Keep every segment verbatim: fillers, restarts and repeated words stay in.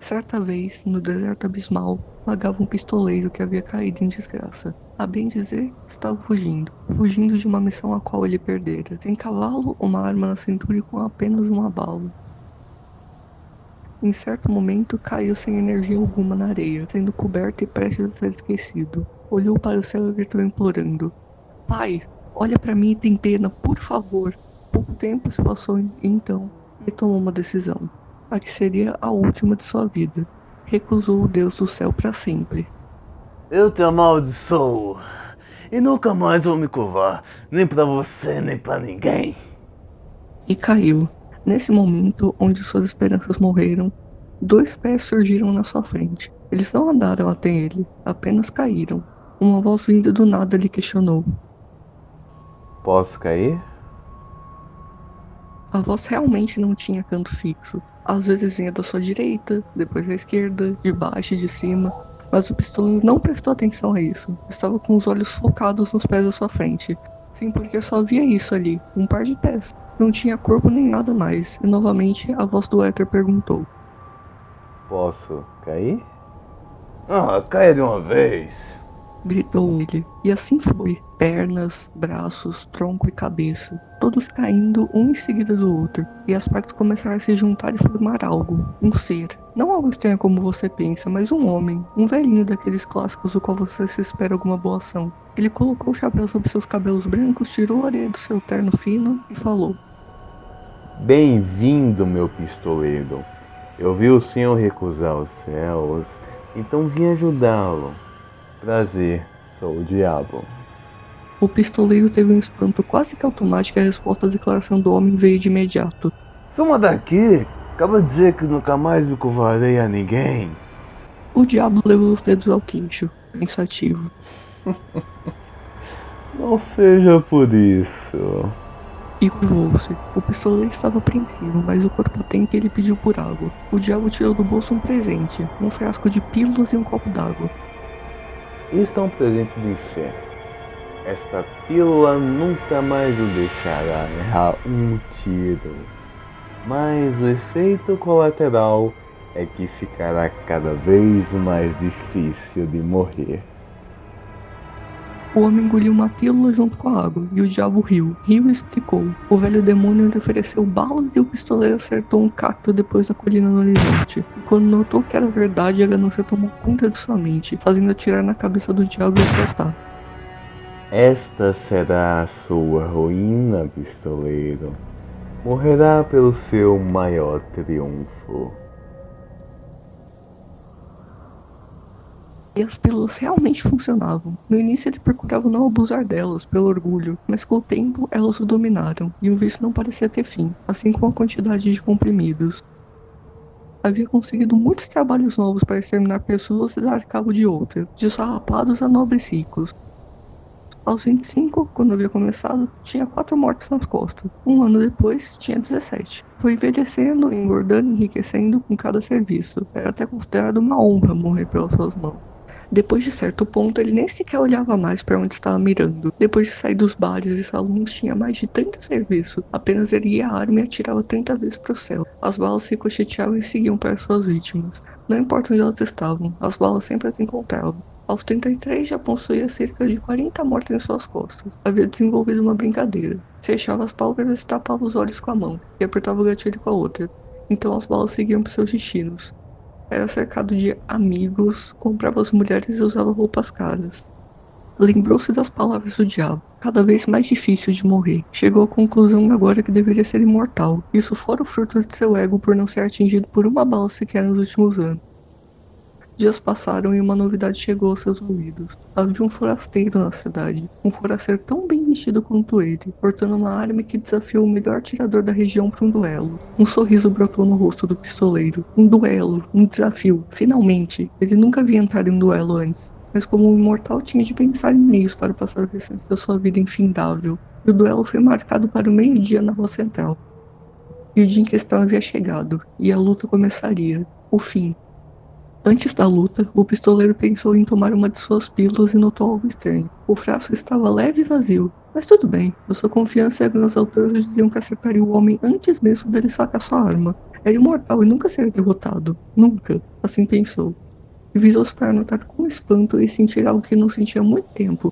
Certa vez, no deserto abismal, vagava um pistoleiro que havia caído em desgraça. A bem dizer, estava fugindo. Fugindo de uma missão a qual ele perdera. Sem cavalo, uma arma na cintura e com apenas uma bala. Em certo momento, caiu sem energia alguma na areia, sendo coberto e prestes a ser esquecido. Olhou para o céu e gritou implorando: "Pai, olha para mim e tem pena, por favor." Pouco tempo se passou e então ele tomou uma decisão, a que seria a última de sua vida. Recusou o Deus do céu para sempre. Eu te amaldiçoo e nunca mais vou me curvar, nem pra você, nem pra ninguém. E caiu. Nesse momento, onde suas esperanças morreram, dois pés surgiram na sua frente. Eles não andaram até ele, apenas caíram. Uma voz vinda do nada lhe questionou. Posso cair? A voz realmente não tinha canto fixo. Às vezes vinha da sua direita, depois da esquerda, de baixo e de cima. Mas o pistoleiro não prestou atenção a isso. Estava com os olhos focados nos pés da sua frente. Sim, porque só havia isso ali, um par de pés. Não tinha corpo nem nada mais. E novamente a voz do éter perguntou. Posso cair? Ah, caia de uma vez. Gritou ele. E assim foi. Pernas, braços, tronco e cabeça. Todos caindo um em seguida do outro. E as partes começaram a se juntar e formar algo. Um ser. Não algo estranho como você pensa, mas um homem. Um velhinho daqueles clássicos do qual você se espera alguma boa ação. Ele colocou o chapéu sobre seus cabelos brancos, tirou a areia do seu terno fino e falou. Bem-vindo, meu pistoleiro. Eu vi o senhor recusar os céus, então vim ajudá-lo. Prazer, sou o diabo. O pistoleiro teve um espanto quase que automático e a resposta à declaração do homem veio de imediato. Suma daqui! Acaba de dizer que nunca mais me curvarei a ninguém. O diabo levou os dedos ao queixo, pensativo. Não seja por isso. E curvou-se. O pistoleiro estava apreensivo, mas o corpo tenso ele pediu por água. O diabo tirou do bolso um presente, um frasco de pílulas e um copo d'água. Isto é um presente do inferno. Esta pílula nunca mais o deixará errar um tiro. Mas o efeito colateral é que ficará cada vez mais difícil de morrer. O homem engoliu uma pílula junto com a água, e o diabo riu. Riu e explicou. O velho demônio lhe ofereceu balas e o pistoleiro acertou um cacto depois da colina no horizonte. E quando notou que era verdade, a ganância tomou conta de sua mente, fazendo atirar na cabeça do diabo e acertar. Esta será a sua ruína, pistoleiro. Morrerá pelo seu maior triunfo. E as pílulas realmente funcionavam. No início ele procurava não abusar delas, pelo orgulho, mas com o tempo elas o dominaram, e o vício não parecia ter fim, assim como a quantidade de comprimidos. Havia conseguido muitos trabalhos novos para exterminar pessoas e dar cabo de outras, de sarrapados a nobres ricos. Aos vinte e cinco, quando havia começado, tinha quatro mortes nas costas. Um ano depois, tinha dezessete. Foi envelhecendo, engordando e enriquecendo com cada serviço. Era até considerado uma honra morrer pelas suas mãos. Depois de certo ponto, ele nem sequer olhava mais para onde estava mirando. Depois de sair dos bares e salões, tinha mais de trinta serviços. Apenas erguia a arma e atirava trinta vezes para o céu. As balas ricocheteavam e seguiam para suas vítimas. Não importa onde elas estavam, as balas sempre as encontravam. Aos trinta e três já possuía cerca de quarenta mortes em suas costas. Havia desenvolvido uma brincadeira. Fechava as pálpebras e tapava os olhos com a mão, e apertava o gatilho com a outra. Então as balas seguiam para seus destinos. Era cercado de amigos, comprava as mulheres e usava roupas caras. Lembrou-se das palavras do diabo, cada vez mais difícil de morrer. Chegou à conclusão agora que deveria ser imortal. Isso fora o fruto de seu ego por não ser atingido por uma bala sequer nos últimos anos. Dias passaram e uma novidade chegou aos seus ouvidos. Havia um forasteiro na cidade, um forasteiro tão bem vestido quanto ele, portando uma arma que desafiou o melhor atirador da região para um duelo. Um sorriso brotou no rosto do pistoleiro. Um duelo, um desafio. Finalmente, ele nunca havia entrado em um duelo antes, mas como um imortal tinha de pensar em meios para passar o restante da sua vida infindável. E o duelo foi marcado para o meio-dia na rua central. E o dia em questão havia chegado, e a luta começaria. O fim. Antes da luta, o pistoleiro pensou em tomar uma de suas pílulas e notou algo estranho. O frasco estava leve e vazio. Mas tudo bem, a sua confiança e as alturas diziam que acertaria o homem antes mesmo dele sacar sua arma. Era imortal e nunca seria derrotado. Nunca. Assim pensou. E virou-se para notar com espanto e sentir algo que não sentia há muito tempo.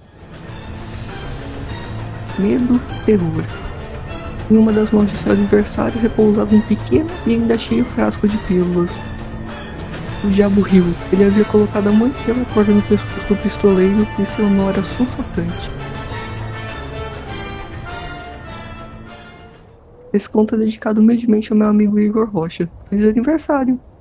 Medo, terror. Em uma das mãos de seu adversário repousava um pequeno e ainda cheio frasco de pílulas. O diabo riu. Ele havia colocado a mão inteira a corda no pescoço do pistoleiro e seu nó era sufocante. Esse conto é dedicado humildemente ao meu amigo Igor Rocha. Feliz aniversário!